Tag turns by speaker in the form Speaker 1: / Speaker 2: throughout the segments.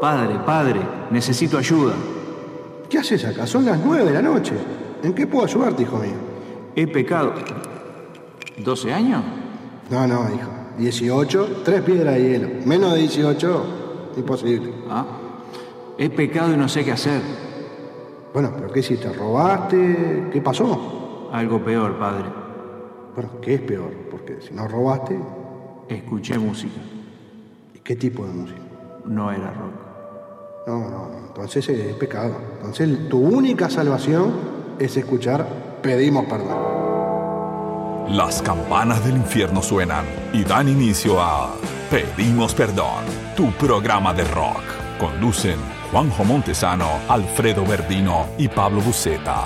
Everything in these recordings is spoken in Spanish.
Speaker 1: Padre, necesito ayuda.
Speaker 2: ¿Qué haces acá? Son las 9 de la noche. ¿En qué puedo ayudarte, hijo mío?
Speaker 1: He pecado. ¿12 años?
Speaker 2: No, hijo. 18, 3 piedras de hielo. Menos de 18, imposible.
Speaker 1: He pecado y no sé qué hacer.
Speaker 2: Bueno, ¿pero qué hiciste? ¿Robaste? ¿Qué pasó?
Speaker 1: Algo peor, padre.
Speaker 2: Bueno, ¿qué es peor? Porque si no robaste...
Speaker 1: Escuché música.
Speaker 2: ¿Y qué tipo de música?
Speaker 1: No era rock.
Speaker 2: No, entonces es pecado. Entonces tu única salvación es escuchar Pedimos Perdón.
Speaker 3: Las campanas del infierno suenan y dan inicio a Pedimos Perdón, tu programa de rock. Conducen Juanjo Montesano, Alfredo Verdino y Pablo Buceta.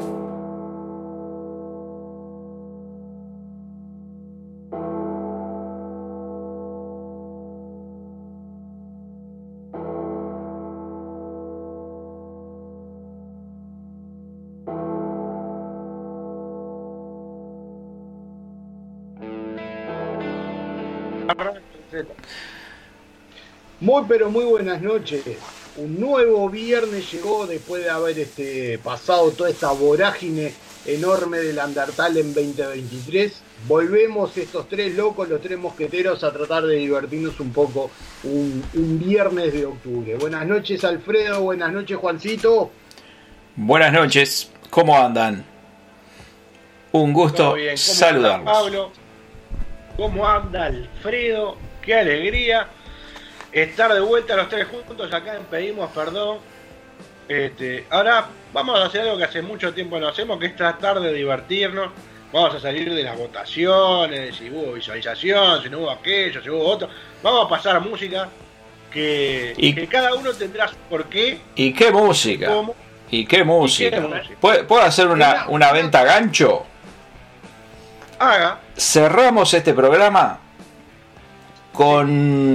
Speaker 4: Muy pero muy buenas noches. Un nuevo viernes llegó después de haber pasado toda esta vorágine enorme del Undertal en 2023. Volvemos estos tres locos, los tres mosqueteros, a tratar de divertirnos un poco un viernes de octubre. Buenas noches, Alfredo. Buenas noches, Juancito.
Speaker 5: Buenas noches. ¿Cómo andan? Un gusto saludarlos.
Speaker 6: Pablo, ¿cómo anda Alfredo? Qué alegría estar de vuelta los tres juntos acá en Pedimos Perdón. Ahora vamos a hacer algo que hace mucho tiempo no hacemos, que es tratar de divertirnos. Vamos a salir de las votaciones, si hubo visualización, si no hubo aquello, si hubo otro. Vamos a pasar música que cada uno tendrá su porqué.
Speaker 5: ¿Y qué música?
Speaker 6: ¿Cómo?
Speaker 5: ¿Y qué música? ¿Puedo hacer una venta gancho?
Speaker 6: Haga.
Speaker 5: Cerramos este programa con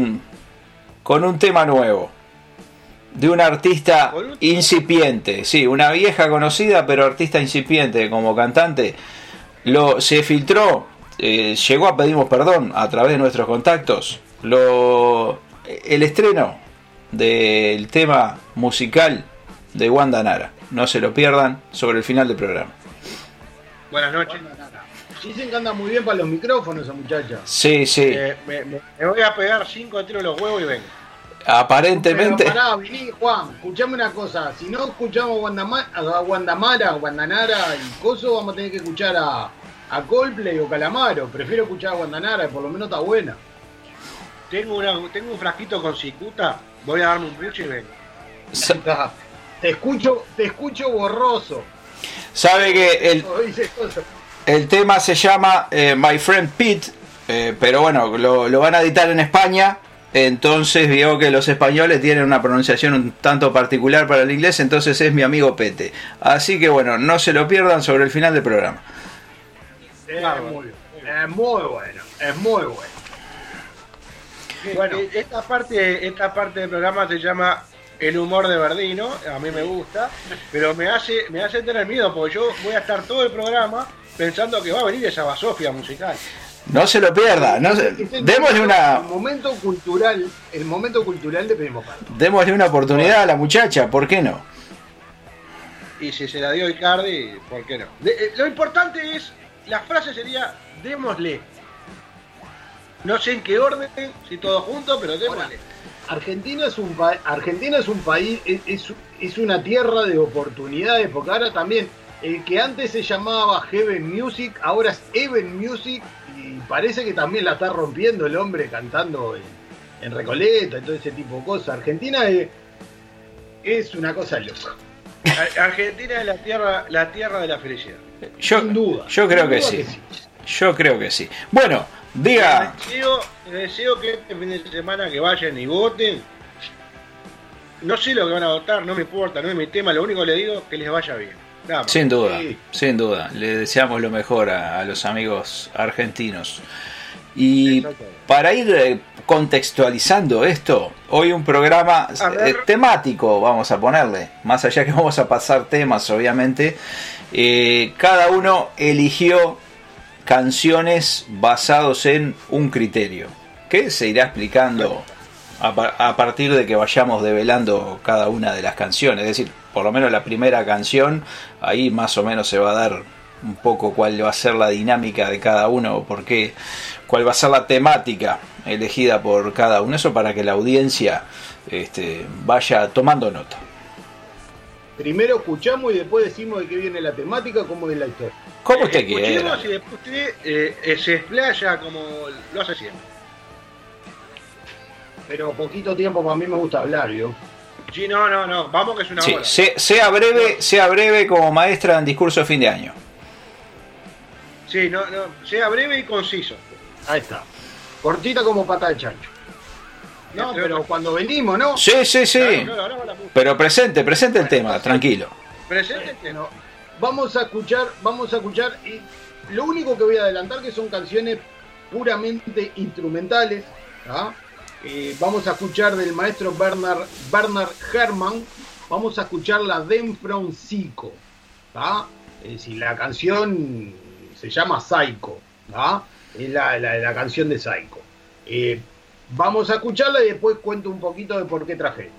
Speaker 5: un tema nuevo de un artista incipiente, sí, una vieja conocida pero artista incipiente como cantante. Se filtró, llegó a Pedimos Perdón a través de nuestros contactos el estreno del tema musical de Wanda Nara. No se lo pierdan, sobre el final del programa.
Speaker 6: Buenas noches.
Speaker 4: Dicen que anda muy bien para los micrófonos esa muchacha.
Speaker 5: Sí.
Speaker 6: Me voy a pegar 5 tiros los huevos y vengo.
Speaker 5: Aparentemente.
Speaker 4: Pero pará, vení, Juan, escuchame una cosa. Si no escuchamos a Guandanara y Coso, vamos a tener que escuchar a Coldplay o Calamaro. Prefiero escuchar a Guandanara, por lo menos está buena.
Speaker 6: Tengo un frasquito con cicuta, voy a darme un pucho y vengo.
Speaker 4: Te escucho borroso.
Speaker 5: Sabe que el tema se llama My Friend Pete, pero bueno, lo van a editar en España. Entonces veo que los españoles tienen una pronunciación un tanto particular para el inglés, entonces es mi amigo Pete. Así que bueno, no se lo pierdan sobre el final del programa.
Speaker 4: Es muy bueno.
Speaker 6: Bueno, esta parte del programa se llama El humor de Verdino, a mí me gusta, pero me hace tener miedo, porque yo voy a estar todo el programa pensando que va a venir esa basofia musical.
Speaker 5: No se lo pierda, démosle una...
Speaker 4: El momento cultural de Pedimos Perdón.
Speaker 5: Démosle una oportunidad a la muchacha, ¿por qué no?
Speaker 6: Y si se la dio Icardi, ¿por qué no? Lo importante es, la frase sería, démosle. No sé en qué orden, si todo junto, pero démosle.
Speaker 4: Argentina es un país, es una tierra de oportunidades, porque ahora también, el que antes se llamaba Heaven Music, ahora es Even Music, y parece que también la está rompiendo el hombre cantando en Recoleta y todo ese tipo de cosas. Argentina es una cosa loca.
Speaker 6: Argentina es la tierra de la felicidad.
Speaker 5: Sin duda. Yo creo que sí. Yo creo que sí. Bueno, diga.
Speaker 6: Les deseo que este fin de semana que vayan y voten. No sé lo que van a votar, no me importa, no es mi tema. Lo único que les digo es que les vaya bien.
Speaker 5: Sin duda. Le deseamos lo mejor a los amigos argentinos. Y para ir contextualizando esto, hoy un programa temático, vamos a ponerle, más allá que vamos a pasar temas, obviamente, cada uno eligió canciones basados en un criterio, que se irá explicando a partir de que vayamos develando cada una de las canciones. Es decir, por lo menos la primera canción, ahí más o menos se va a dar un poco cuál va a ser la dinámica de cada uno, cuál va a ser la temática elegida por cada uno. Eso para que la audiencia vaya tomando nota.
Speaker 4: Primero escuchamos y después decimos de qué viene la temática, cómo es la historia.
Speaker 5: Como usted quiera.
Speaker 6: Escuchemos y después usted se explaya como lo hace siempre.
Speaker 4: Pero poquito tiempo, para mí me gusta hablar, ¿yo?
Speaker 6: Sí, no, vamos que es una
Speaker 5: Sí,
Speaker 6: hora.
Speaker 5: sea breve como maestra en discurso de fin de año.
Speaker 6: Sí, no, sea breve y conciso.
Speaker 4: Ahí está. Cortita como pata de chancho. No, pero cuando venimos, ¿no?
Speaker 5: Sí.
Speaker 6: Claro, ahora va la música.
Speaker 5: Pero presente el tema, tranquilo.
Speaker 6: Presente.
Speaker 4: No. Vamos a escuchar, y lo único que voy a adelantar que son canciones puramente instrumentales, ¿ah? Vamos a escuchar del maestro Bernard Herrmann, vamos a escuchar la Den from Psycho, ¿ah? Es decir, la canción se llama Psycho, ¿ah? Es la canción de Psycho. Vamos a escucharla y después cuento un poquito de por qué traje esto.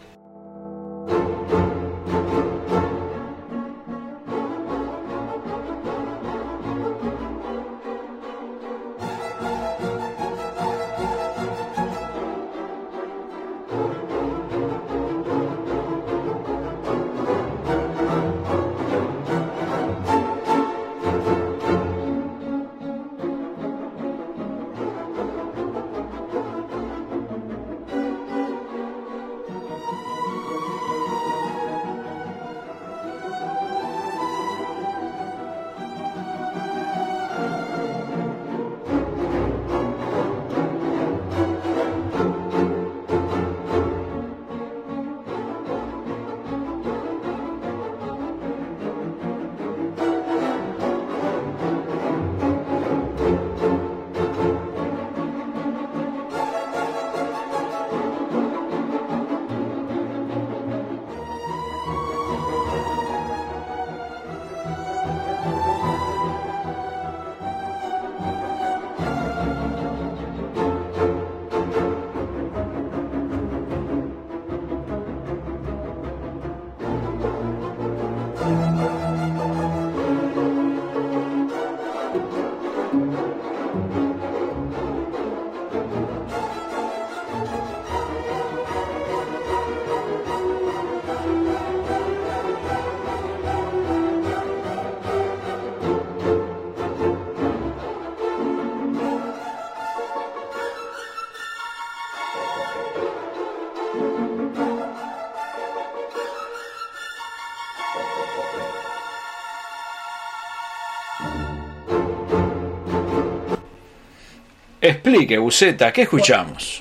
Speaker 5: Explique, Buceta, ¿qué escuchamos?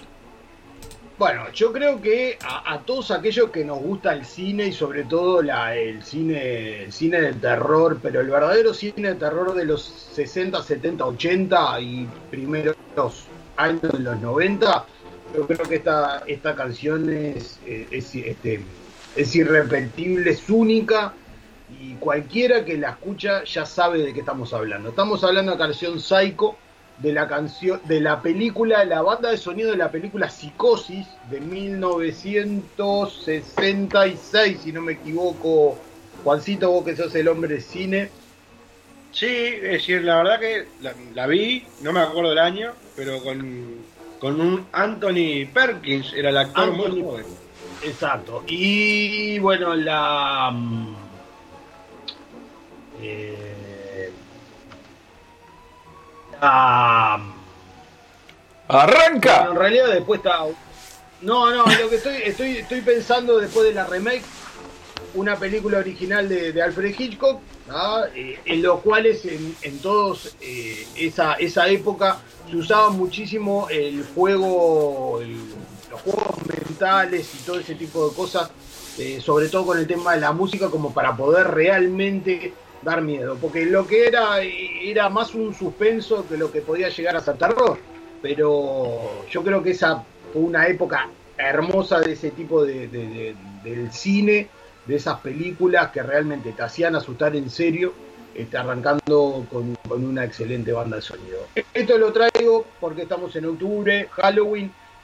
Speaker 4: Bueno, yo creo que a todos aquellos que nos gusta el cine y sobre todo el cine del terror, pero el verdadero cine de terror de los 60, 70, 80 y primeros años de los 90, yo creo que esta canción es irrepetible, es única y cualquiera que la escucha ya sabe de qué estamos hablando. Estamos hablando de la canción Psycho, de la película, la banda de sonido de la película Psicosis de 1966, si no me equivoco. Juancito, vos que sos el hombre de cine.
Speaker 6: Sí, es decir, la verdad que la vi, no me acuerdo el año, pero con un Anthony Perkins, era el actor muy joven.
Speaker 4: Exacto. Y bueno,
Speaker 5: ¡Arranca!
Speaker 4: Bueno, en realidad después está... No, lo que estoy pensando después de la remake, una película original de Alfred Hitchcock, ¿ah? En los cuales en todos esa época se usaba muchísimo los juegos mentales y todo ese tipo de cosas, sobre todo con el tema de la música, como para poder realmente dar miedo, porque lo que era más un suspenso que lo que podía llegar a ser terror. Pero yo creo que esa fue una época hermosa de ese tipo del cine, de esas películas que realmente te hacían asustar en serio, arrancando con una excelente banda de sonido. Esto lo traigo porque estamos en octubre, Halloween,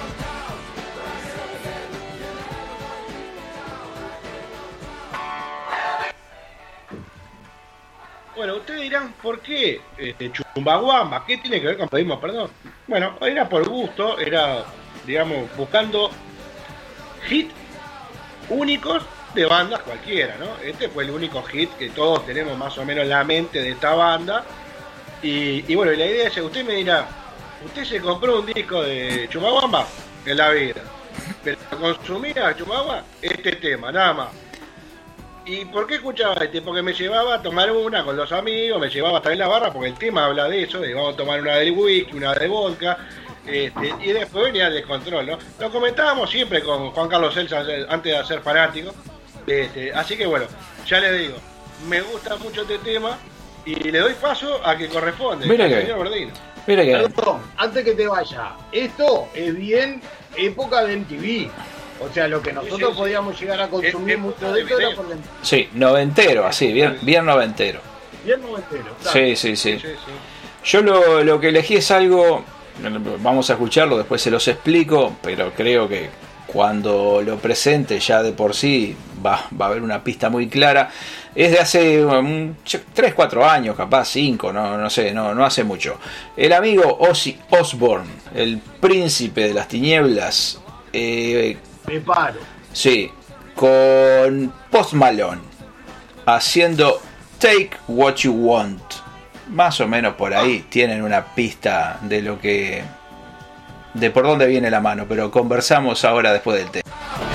Speaker 6: Bueno, ustedes dirán, ¿por qué Chumbawamba? ¿Qué tiene que ver con Pedimos Perdón? Bueno, era por gusto, era, digamos, buscando hits únicos de bandas cualquiera, ¿no? Este fue el único hit que todos tenemos más o menos en la mente de esta banda. Y bueno, y la idea es, usted me dirá, ¿usted se compró un disco de Chumbawamba? En la vida. Pero consumía Chumbawamba este tema, nada más. ¿Y por qué escuchaba este? Porque me llevaba a tomar una con los amigos, me llevaba hasta en la barra, porque el tema habla de eso, de vamos a tomar una de whisky, una de vodka, y después venía el descontrol, ¿no? Lo comentábamos siempre con Juan Carlos Celsa antes de ser fanático, así que bueno, ya les digo, me gusta mucho este tema y le doy paso a que corresponde,
Speaker 5: Mira
Speaker 6: al
Speaker 5: que
Speaker 6: señor Verdino.
Speaker 5: Mire que
Speaker 4: Perdón, antes que te vaya, esto es bien época de MTV. O sea, lo que nosotros
Speaker 6: sí.
Speaker 4: podíamos llegar a consumir
Speaker 6: Es
Speaker 4: mucho de esto era por la MTV.
Speaker 5: sí, noventero, así, bien noventero.
Speaker 4: Bien noventero. claro.
Speaker 5: Sí.
Speaker 6: Sí, sí.
Speaker 5: Yo lo que elegí es algo, vamos a escucharlo, después se los explico, pero creo que cuando lo presente ya de por sí va a haber una pista muy clara. Es de hace 3, 4 años, capaz 5, no sé, no hace mucho. El amigo Ozzy Osbourne, el príncipe de las tinieblas,
Speaker 4: Me paro.
Speaker 5: sí, con Post Malone, haciendo Take What You Want. Más o menos por ahí tienen una pista de lo que, de por dónde viene la mano, pero conversamos ahora después del tema.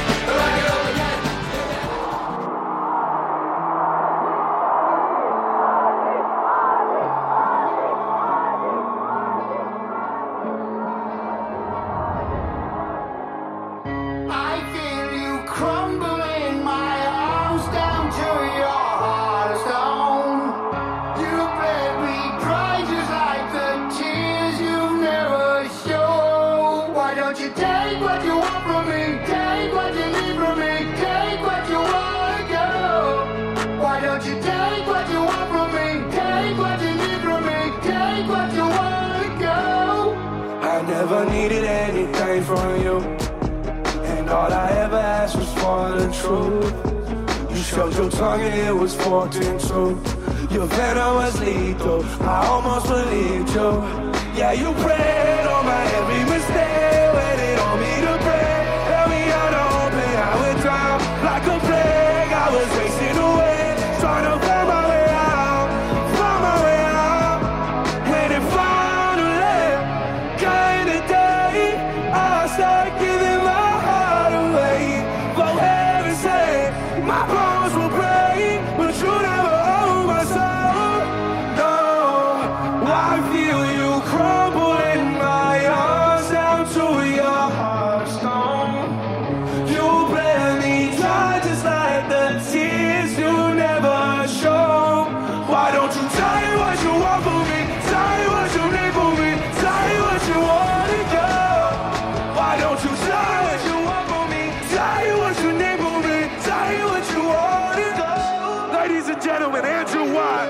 Speaker 7: I feel you crumble in my arms down to your heart of stone. You bled me dry just like the tears you've never shown. Why don't you take what you want from me? Take what you need from me. Take what you want to go. Why don't you take what you want from me? Take what you need from me. Take what you want to go.
Speaker 8: I never needed anything from you, and all I ever asked was for the truth. You showed your tongue and it was forked in two. Your venom was lethal, I almost believed you. Yeah, you preyed on my every mistake, waited on me to break. Held me out to open, I went down like a plague. I was wasting away, trying to find my way out, find my way out. When it finally came today, I started giving my heart away. For heaven's sake, my bones will break, but you never own my soul. No, I feel you crumble in my arms down to your heart of stone. You bled me dry just like the tears you never show. Why don't you tell me what you want from me? Tell me what you need from me. Tell me what you want to go. Why don't you tell me what you want from me? Tell me what you need from me. Tell me what you want to go. Ladies and gentlemen, Andrew Watt.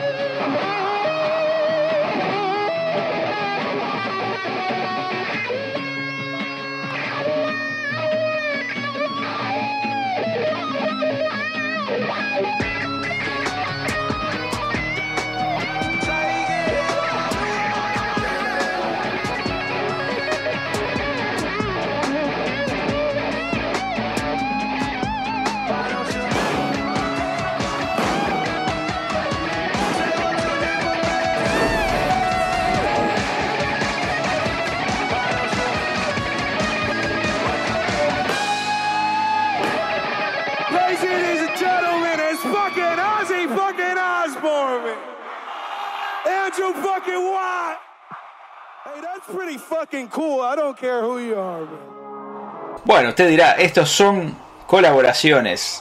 Speaker 8: Ladies and gentlemen, it's fucking Ozzy fucking Osbourne, man. Andrew fucking Watt. Hey, that's pretty fucking cool. I don't care who you are, man.
Speaker 5: Bueno, usted dirá, estos son colaboraciones.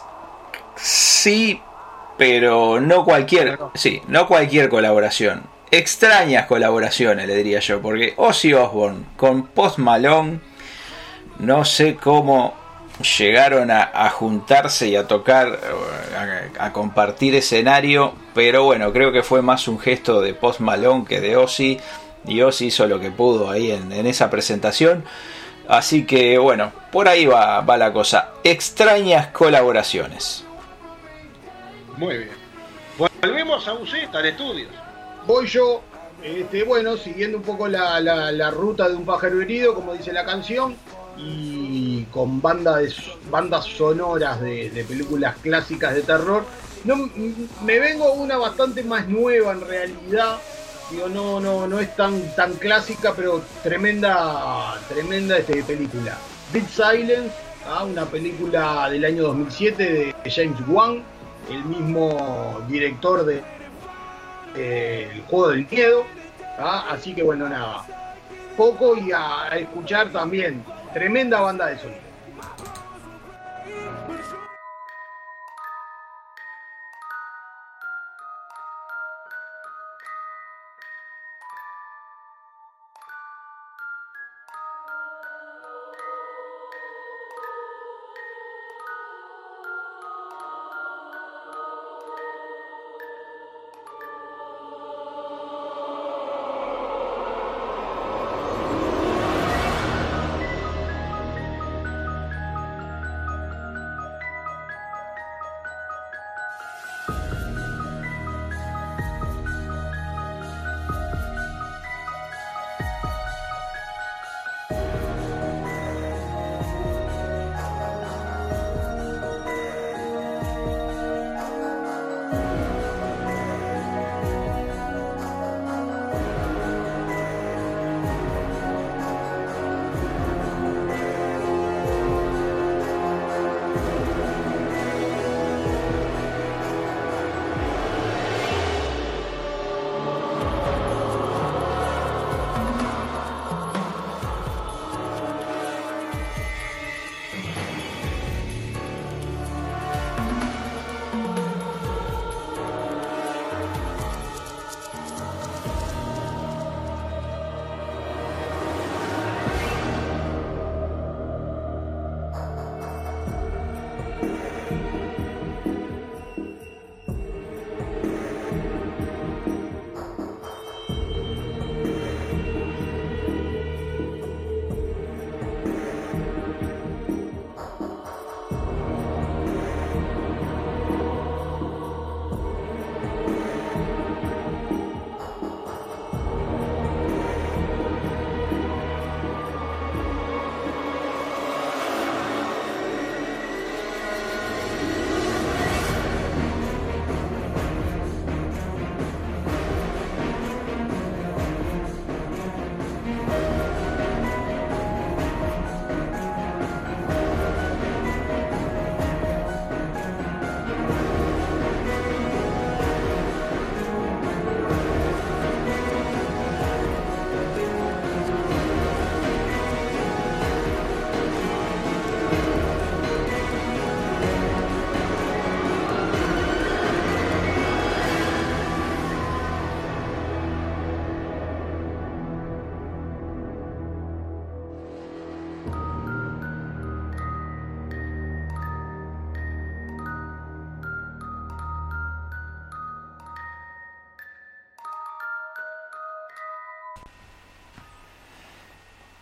Speaker 5: Sí, pero no cualquier, sí, no cualquier colaboración. Extrañas colaboraciones, le diría yo, porque Ozzy Osbourne con Post Malone, no sé cómo llegaron a juntarse y a tocar, a compartir escenario, pero bueno, creo que fue más un gesto de Post Malone que de Ozzy, y Ozzy hizo lo que pudo ahí en esa presentación. Así que bueno, por ahí va la cosa. Extrañas colaboraciones.
Speaker 6: Muy bien. Volvemos a UC, al estudio.
Speaker 4: Voy yo, bueno, siguiendo un poco la ruta de un pájaro herido, como dice la canción, y con bandas sonoras de películas clásicas de terror. No, me vengo una bastante más nueva en realidad. Digo, no es tan clásica, pero tremenda película. Dead Silence, una película del año 2007 de James Wan, el mismo director de El Juego del Miedo. Así que bueno, nada, poco y a escuchar también. Tremenda banda de sonido.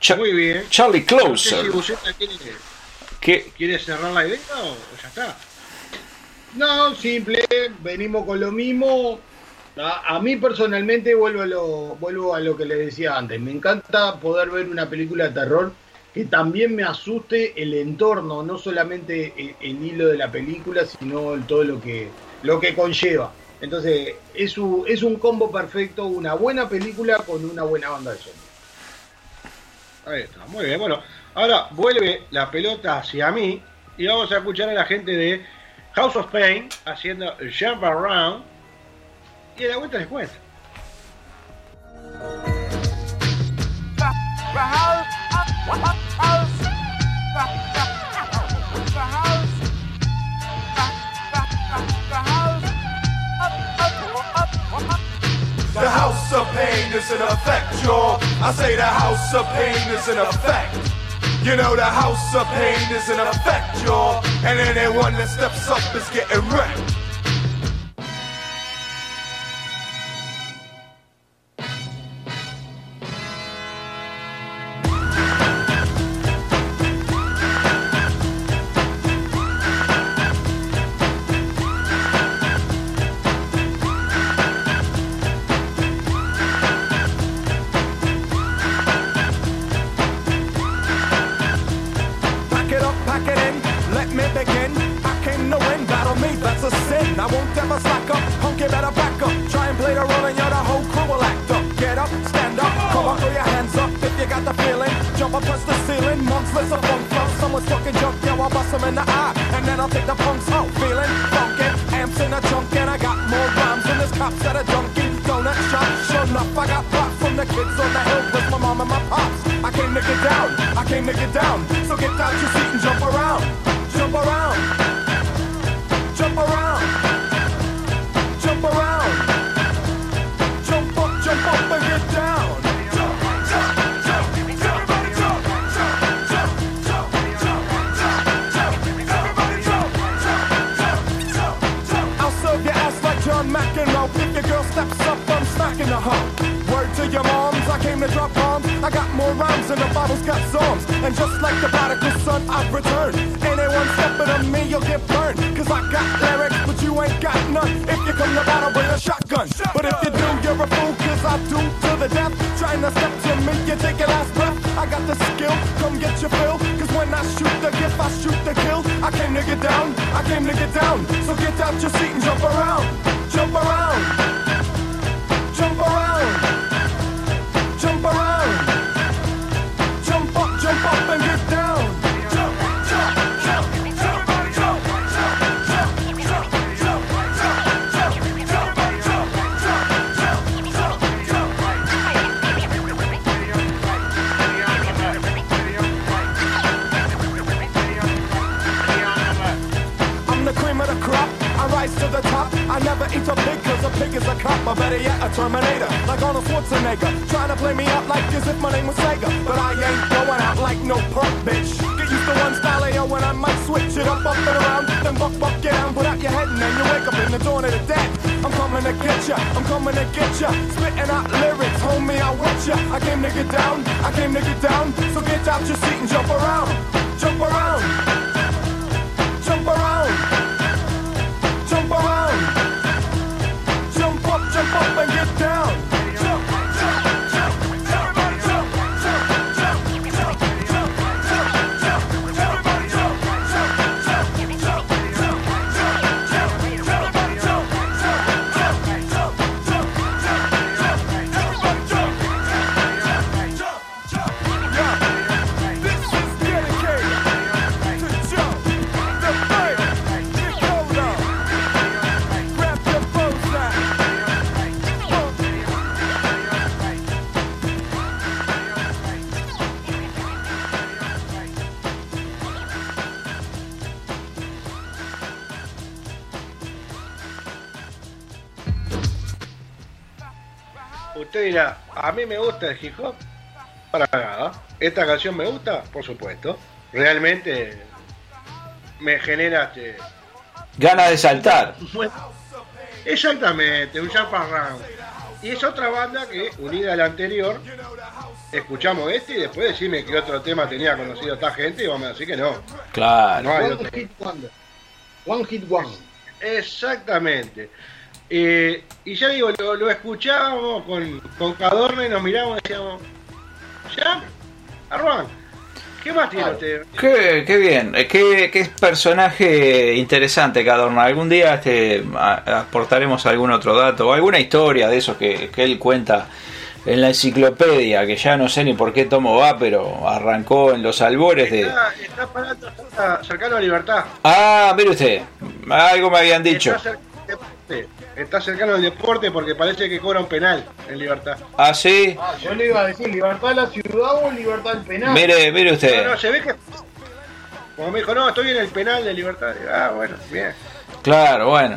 Speaker 6: Muy bien.
Speaker 5: Charlie
Speaker 6: No sé
Speaker 5: Clouser.
Speaker 6: si Buceta quiere cerrar la idea o ya está.
Speaker 4: No, simple, venimos con lo mismo. A mí personalmente vuelvo a lo que les decía antes. Me encanta poder ver una película de terror que también me asuste el entorno, no solamente el hilo de la película, sino todo lo que conlleva. Entonces, es un combo perfecto, una buena película con una buena banda de sonido.
Speaker 6: Ahí está, muy bien. Bueno, ahora vuelve la pelota hacia mí y vamos a escuchar a la gente de House of Pain haciendo Jump Around y a la vuelta les cuento.
Speaker 8: The house of pain is in effect, y'all. I say the house of pain is in effect. You know the house of pain is in effect, y'all. And anyone that steps up is getting wrecked. Usted dirá, a mí me gusta el hip hop, para nada. Esta canción me gusta, por supuesto. Realmente me genera
Speaker 5: ganas de saltar.
Speaker 6: Exactamente, un Jump Around. Y es otra banda que, unida a la anterior, escuchamos este y después decime qué otro tema tenía conocido esta gente y vamos a decir que no.
Speaker 5: Claro.
Speaker 6: No hay
Speaker 4: One
Speaker 6: otro.
Speaker 4: Hit Wonder. One Hit Wonder.
Speaker 6: Exactamente. Y ya digo, lo escuchábamos con Cadorna y nos mirábamos y decíamos, ¿ya? Arruan, ¿qué más tiene usted?
Speaker 5: Qué bien, qué personaje interesante, Cadorna. Algún día aportaremos algún otro dato o alguna historia de esos que él cuenta en la enciclopedia, que ya no sé ni por qué tomo va, pero arrancó en los albores de...
Speaker 6: Está cercano a Libertad.
Speaker 5: Ah, mire usted, algo me habían dicho.
Speaker 6: Está cercano al deporte porque parece que cobra un penal en Libertad.
Speaker 5: Ah, sí.
Speaker 4: Yo le iba a decir, ¿libertad de la ciudad o libertad del penal?
Speaker 5: Mire usted.
Speaker 6: No, se ve que... Como me dijo, no, estoy en el penal de Libertad. Ah, bueno, bien.
Speaker 5: Claro, bueno,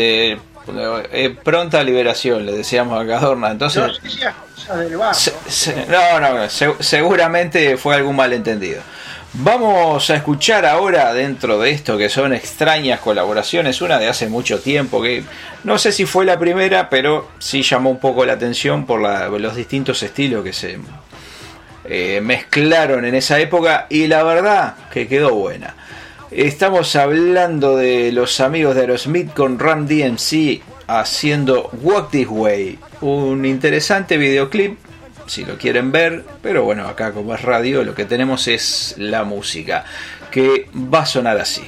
Speaker 5: pronta liberación, le decíamos a Cadorna. Entonces,
Speaker 6: No, sí, del bar,
Speaker 5: seguramente fue algún malentendido. Vamos a escuchar ahora, dentro de esto que son extrañas colaboraciones, una de hace mucho tiempo, que no sé si fue la primera, pero sí llamó un poco la atención por los distintos estilos que se mezclaron en esa época, y la verdad que quedó buena. Estamos hablando de los amigos de Aerosmith con Run DMC haciendo Walk This Way, un interesante videoclip si lo quieren ver, pero bueno, acá como es radio lo que tenemos es la música, que va a sonar así.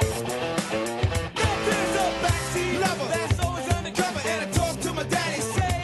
Speaker 7: That's always undercover, and I talk to my daddy, say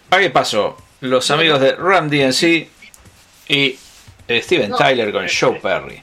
Speaker 5: Ahí pasó los amigos de Run DMC y Steven Tyler con Joe Perry.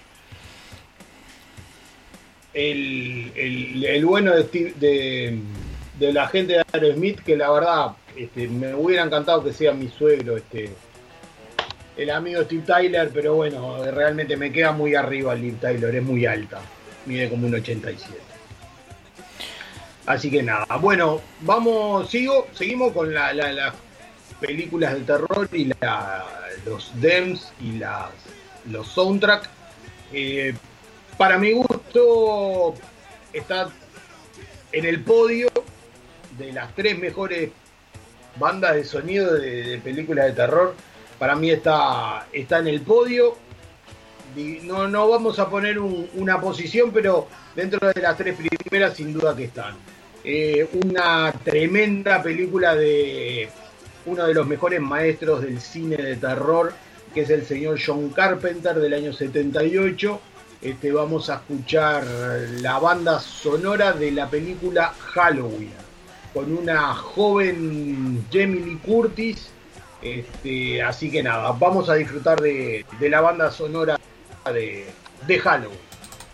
Speaker 4: El bueno de la gente de Aerosmith, que la verdad me hubiera encantado que sea mi suegro, el amigo Steve Tyler, pero bueno, realmente me queda muy arriba Liv Tyler, es muy alta, mide como un 87. Así que nada, bueno, seguimos con las películas de terror y los DEMs y los soundtracks. Para mi gusto está en el podio de las 3 mejores bandas de sonido de películas de terror. Para mí está en el podio. No vamos a poner una posición, pero dentro de las 3 primeras sin duda que están. Una tremenda película de uno de los mejores maestros del cine de terror, que es el señor John Carpenter, del año 78. Vamos a escuchar la banda sonora de la película Halloween, con una joven Jamie Lee Curtis. Así que nada, vamos a disfrutar de la banda sonora de Halloween.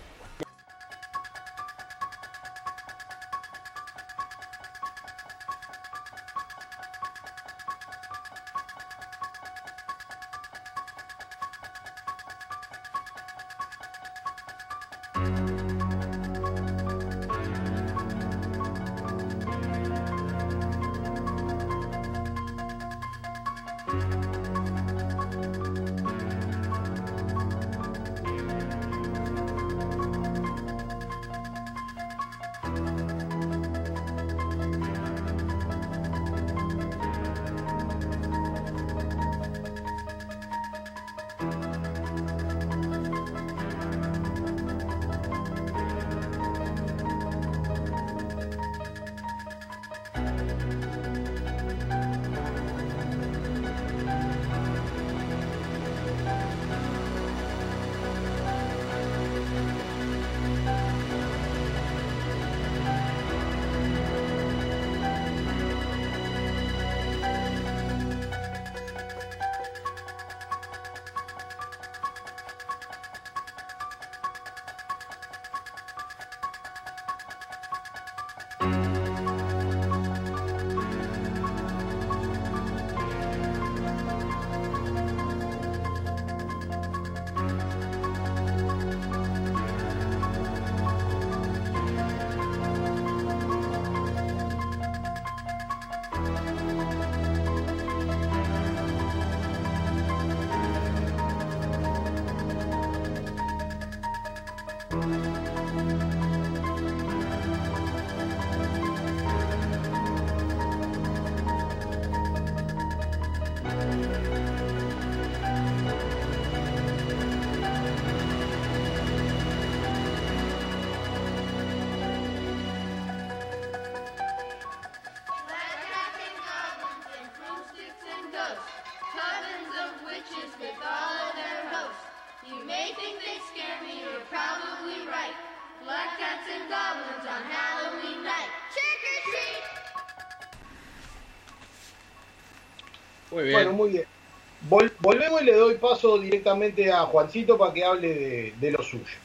Speaker 6: Muy bien.
Speaker 4: Bueno, muy bien. Volvemos y le doy paso directamente a Juancito para que hable de lo suyo.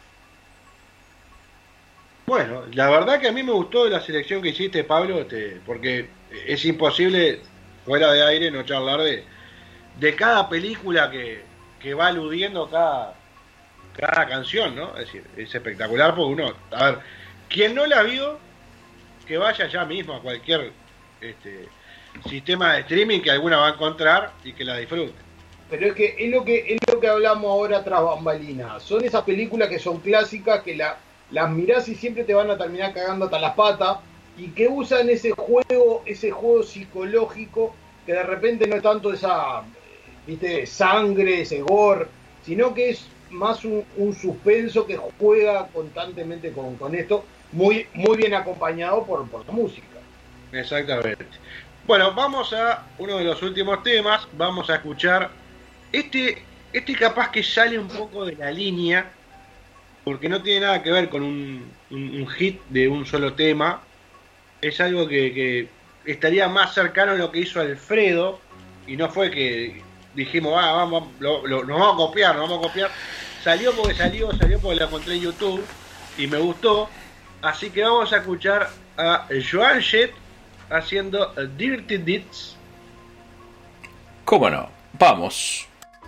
Speaker 6: Bueno, la verdad que a mí me gustó la selección que hiciste, Pablo, porque es imposible, fuera de aire, no charlar de cada película que va aludiendo cada canción, ¿no? Es decir, es espectacular porque uno, a ver, quien no la vio, que vaya ya mismo a cualquier sistema de streaming que alguna va a encontrar y que la disfrute.
Speaker 4: Pero es que es lo que hablamos ahora tras bambalinas. Son esas películas que son clásicas, que las mirás y siempre te van a terminar cagando hasta las patas, y que usan ese juego psicológico, que de repente no es tanto esa sangre, ese gore, sino que es más un suspenso que juega constantemente con esto, muy, muy bien acompañado por la música.
Speaker 6: Exactamente. Bueno, vamos a uno de los últimos temas. Vamos a escuchar este capaz que sale un poco de la línea, porque no tiene nada que ver con un hit de un solo tema. Es algo que estaría más cercano a lo que hizo Alfredo, y no fue que dijimos, vamos, nos vamos a copiar. Salió porque lo encontré en YouTube y me gustó. Así que vamos a escuchar a Joan Jett haciendo Dirty Deeds.
Speaker 5: ¿Cómo no? Vamos.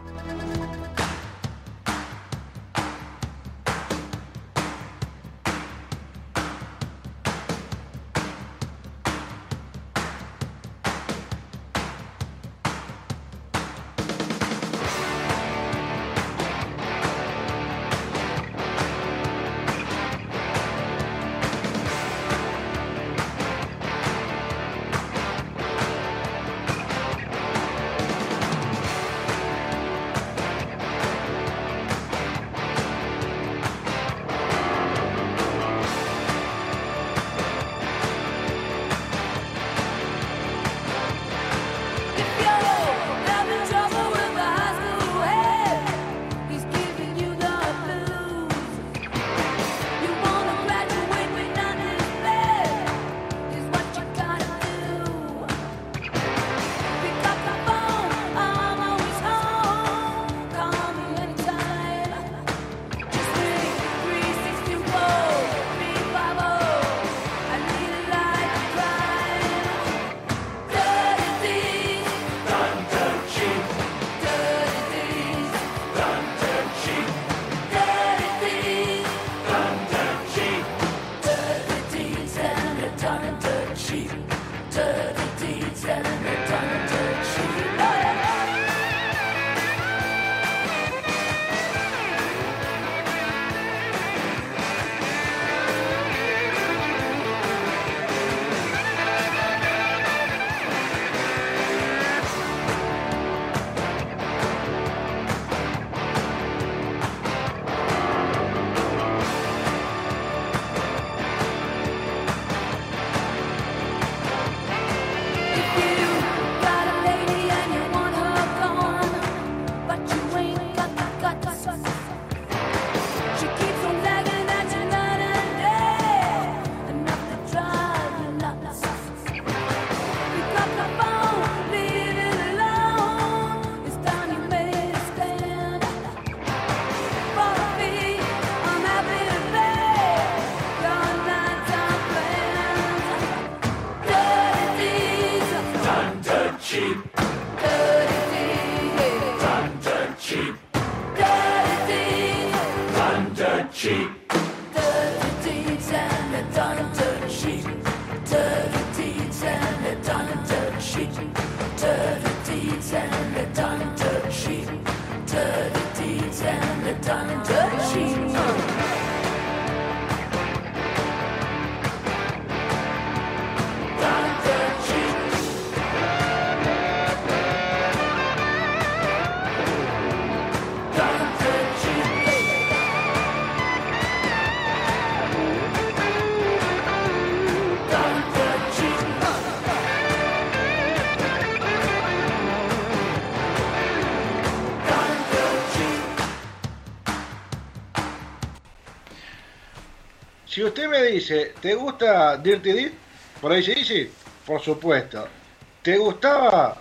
Speaker 6: Si usted me dice, ¿te gusta Dirty Deed? Por ahí se dice, por supuesto. ¿Te gustaba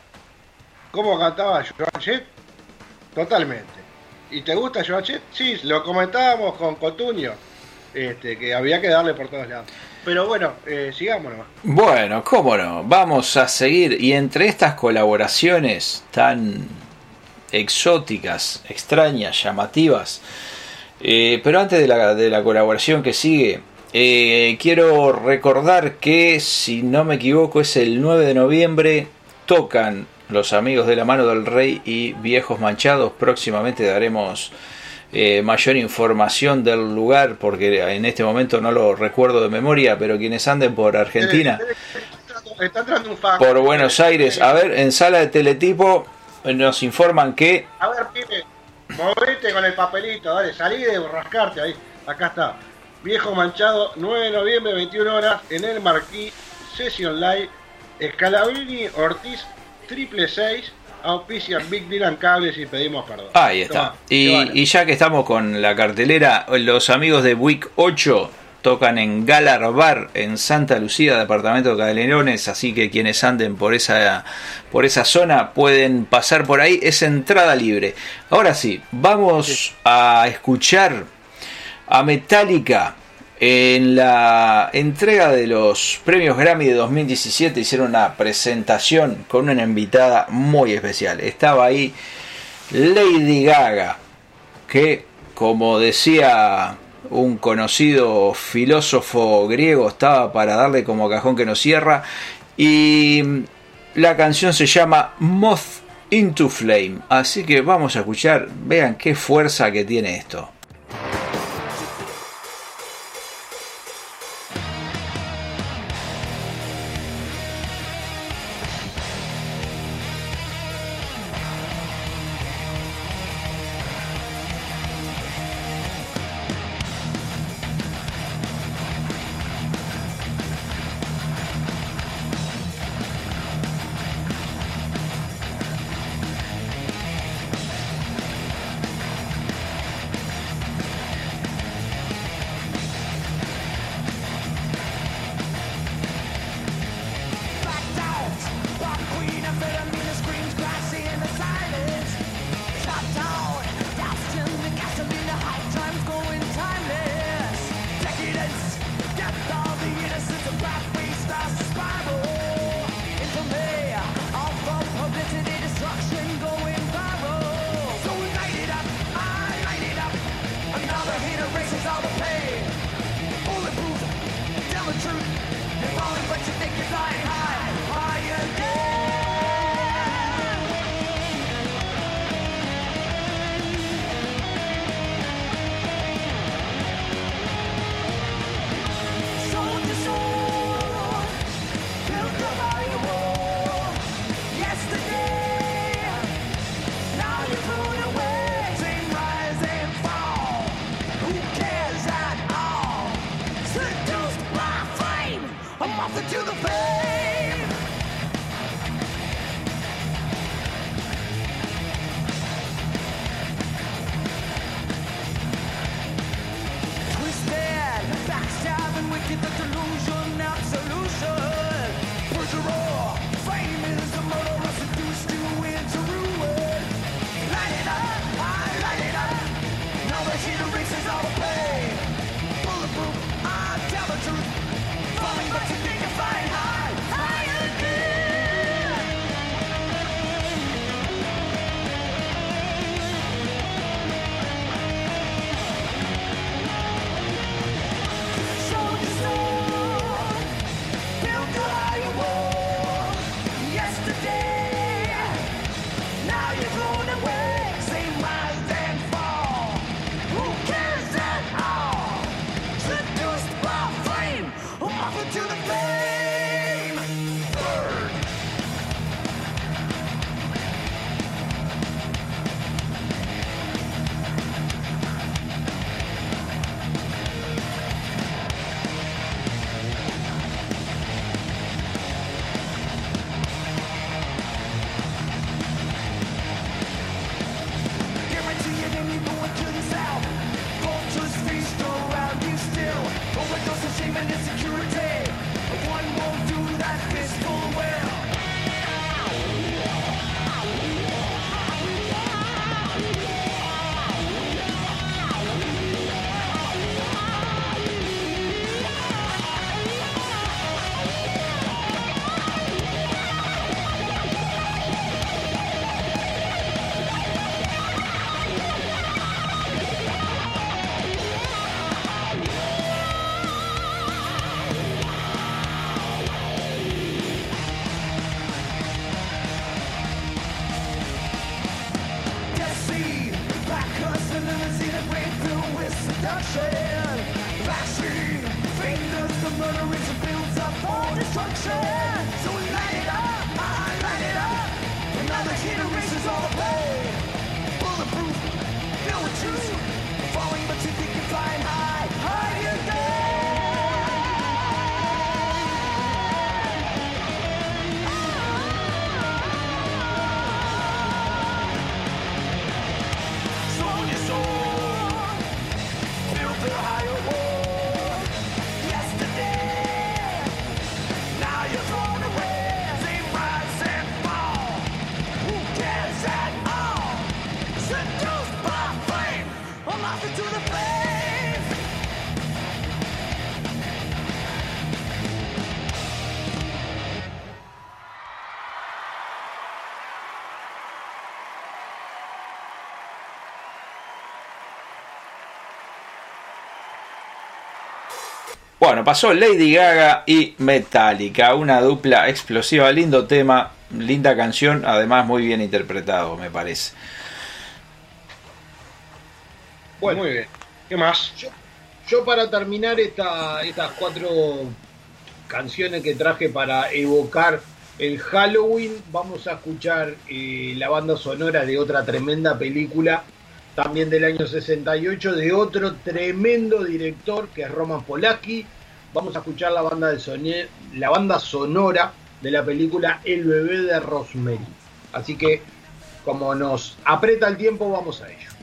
Speaker 6: cómo cantaba Joan Jett? Totalmente. ¿Y te gusta Joan Jett? Sí, lo comentábamos con Cotuño, que había que darle por todos lados. Pero bueno, sigamos nomás.
Speaker 5: Bueno, cómo no, vamos a seguir. Y entre estas colaboraciones tan exóticas, extrañas, llamativas, pero antes de la colaboración que sigue, quiero recordar que, si no me equivoco, es el 9 de noviembre, tocan los amigos de La Mano del Rey y Viejos Manchados. Próximamente daremos mayor información del lugar, porque en este momento no lo recuerdo de memoria, pero quienes anden por Argentina,
Speaker 6: está entrando un fan,
Speaker 5: por Buenos Aires, a ver, en Sala de Teletipo nos informan que...
Speaker 6: A ver, pibe, movete con el papelito, dale, salí de rascarte ahí. Acá está. Viejo Manchado, 9 de noviembre, 21 horas, en el Marquí, Session Live, Scalabrini, Ortiz, 666, auspician Big Dylan Cables y pedimos perdón.
Speaker 5: Ahí está. Y ya que estamos con la cartelera, los amigos de Week 8 tocan en Galar Bar en Santa Lucía, departamento de Canelones, así que quienes anden por esa zona pueden pasar por ahí, es entrada libre. Ahora sí, vamos a escuchar a Metallica. En la entrega de los premios Grammy de 2017 hicieron una presentación con una invitada muy especial. Estaba ahí Lady Gaga, que, como decía un conocido filósofo griego, estaba para darle como cajón que no cierra. Y la canción se llama Moth into Flame. Así que vamos a escuchar, vean qué fuerza que tiene esto. Bueno, pasó Lady Gaga y Metallica, una dupla explosiva, lindo tema, linda canción, además muy bien interpretado, me parece.
Speaker 6: Bueno, muy bien. ¿Qué más?
Speaker 4: Yo para terminar estas 4 canciones que traje para evocar el Halloween, vamos a escuchar la banda sonora de otra tremenda película, también del año 68, de otro tremendo director que es Roman Polanski. Vamos a escuchar la banda sonora de la película El bebé de Rosemary. Así que, como nos aprieta el tiempo, vamos a ello.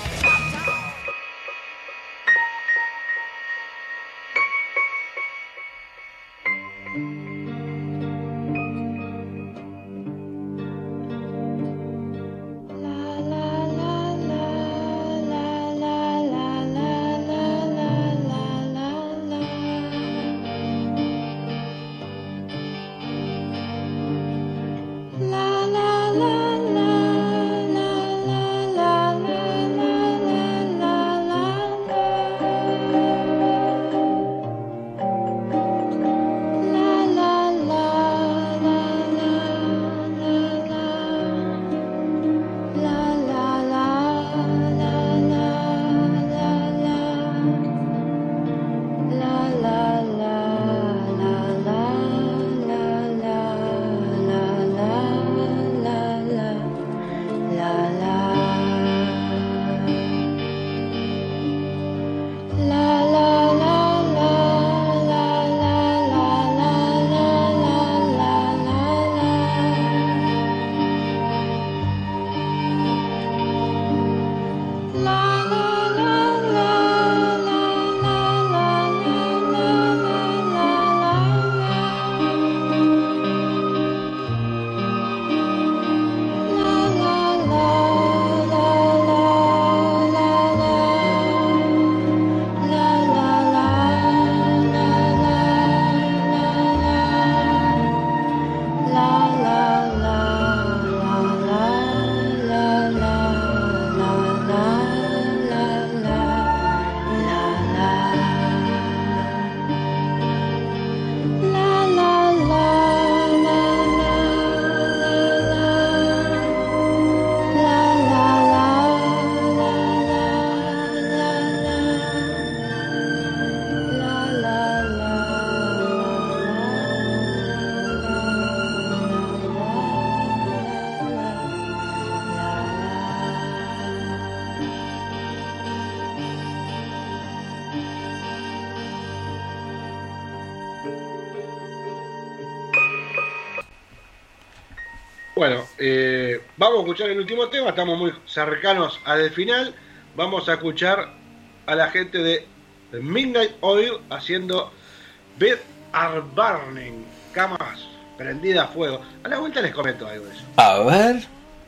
Speaker 6: Bueno, vamos a escuchar el último tema, estamos muy cercanos al final. Vamos a escuchar a la gente de Midnight Oil haciendo Bed Are Burning, camas prendidas a fuego. A la vuelta les comento algo de eso.
Speaker 5: A ver.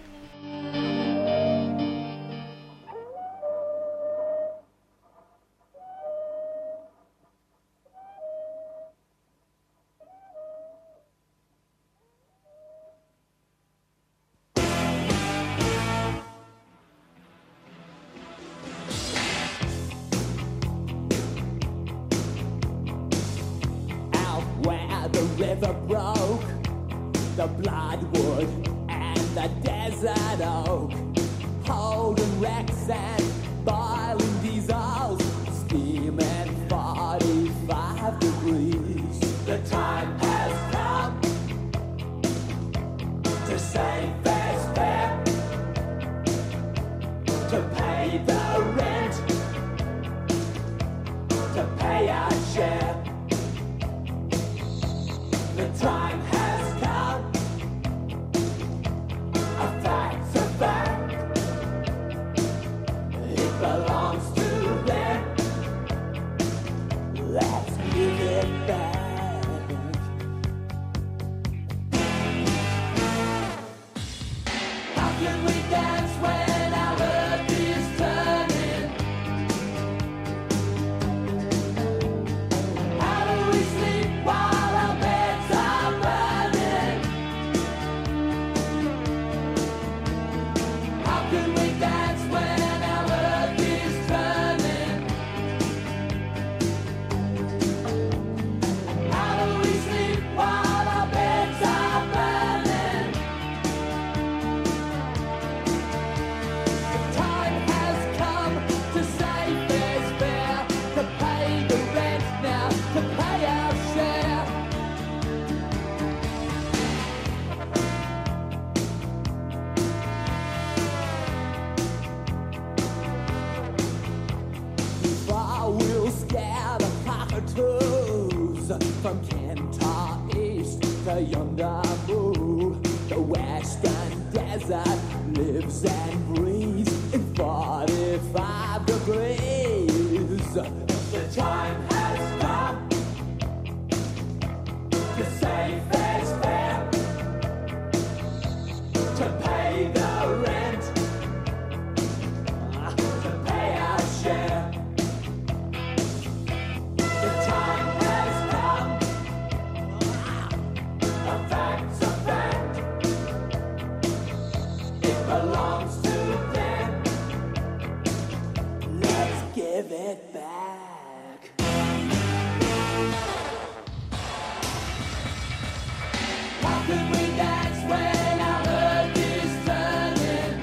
Speaker 9: river broke, the bloodwood and the desert oak, holding wrecks and boiling diesels, steaming 45 degrees. The time has come to save fair's fair, to pay the rent, to pay our share. The time has come, a fact's a fact, it belongs to them. from Kentar East to yonder move. The western desert lives and breathes in 45 degrees. The time has come to save fair's fair, to pay the rent, to pay our share. The time has come, a fact's a fact, it belongs to them, let's give it back. How can we dance when our earth is turning?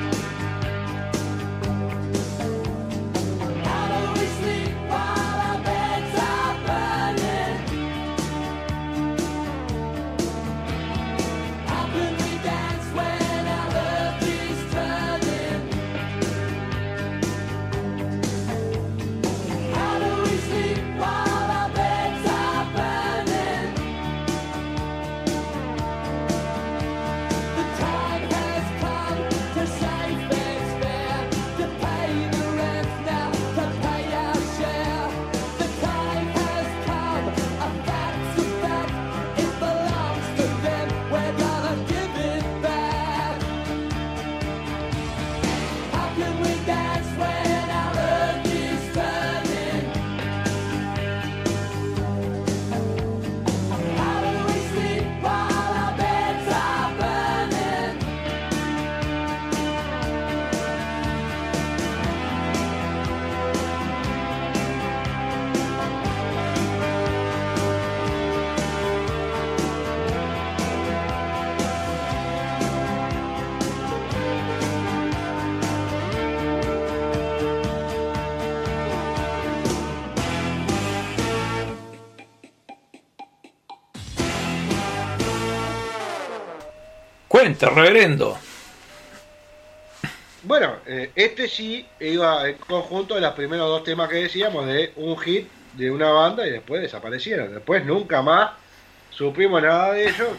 Speaker 9: How do we sleep while our beds are burning? How can we dance when our earth is turning? How do we sleep while our beds are burning? The time has come to save fair's fair, to pay the rent now, to pay our share. The time has come, a fact's a fact, it belongs to them, we're gonna give it back. How can we dance when our earth is turning? How do we sleep while our beds are burning?
Speaker 5: Cuenta, reverendo.
Speaker 6: Bueno, este sí iba en conjunto de los primeros dos temas que decíamos, de un hit de una banda y después desaparecieron. Después nunca más supimos nada de ellos.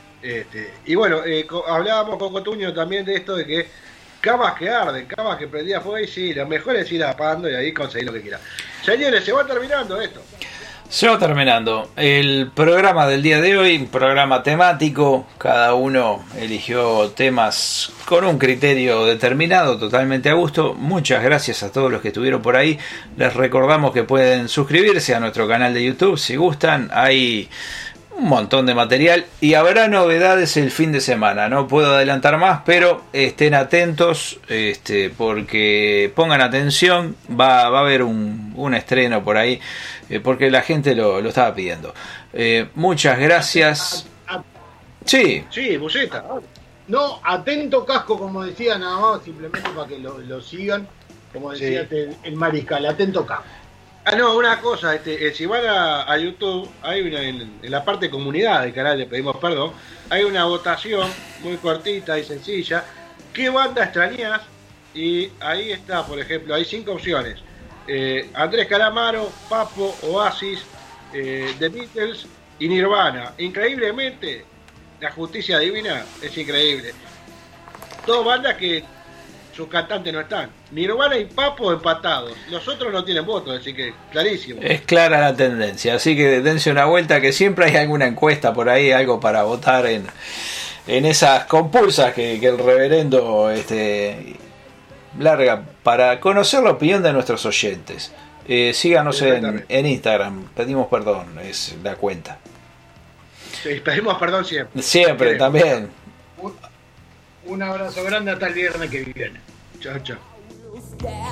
Speaker 6: Y bueno, hablábamos con Cotuño también de esto de que camas que arden, camas que prendía fuego, y sí, lo mejor es ir apagando y ahí conseguir lo que quiera. Señores, se va terminando esto.
Speaker 5: Se va terminando el programa del día de hoy, un programa temático, cada uno eligió temas con un criterio determinado, totalmente a gusto. Muchas gracias a todos los que estuvieron por ahí. Les recordamos que pueden suscribirse a nuestro canal de YouTube si gustan, hay un montón de material y habrá novedades el fin de semana. No puedo adelantar más, pero estén atentos, porque pongan atención, va a haber un estreno por ahí, porque la gente lo estaba pidiendo. Muchas gracias. Sí.
Speaker 6: Sí, Buceta.
Speaker 4: No, atento casco, como decía, nada más, simplemente para que lo sigan, como decía el Mariscal, atento casco.
Speaker 6: Ah, no, una cosa, si van a YouTube, hay una en la parte comunidad del canal, le pedimos perdón, hay una votación muy cortita y sencilla, ¿qué banda extrañas? Y ahí está, por ejemplo, hay 5 opciones, Andrés Calamaro, Papo, Oasis, The Beatles y Nirvana. Increíblemente, la justicia divina es increíble. Dos bandas que sus cantantes no están. Nirvana y Papo empatados. Los otros no tienen votos, así que clarísimo.
Speaker 5: Es clara la tendencia, así que dense una vuelta, que siempre hay alguna encuesta por ahí, algo para votar en esas compulsas que el reverendo larga para conocer la opinión de nuestros oyentes. Síganos en Instagram, pedimos perdón, es la cuenta.
Speaker 6: Sí, pedimos perdón siempre.
Speaker 5: Siempre, también.
Speaker 4: Un abrazo grande hasta el viernes que viene.
Speaker 6: Chao, chao.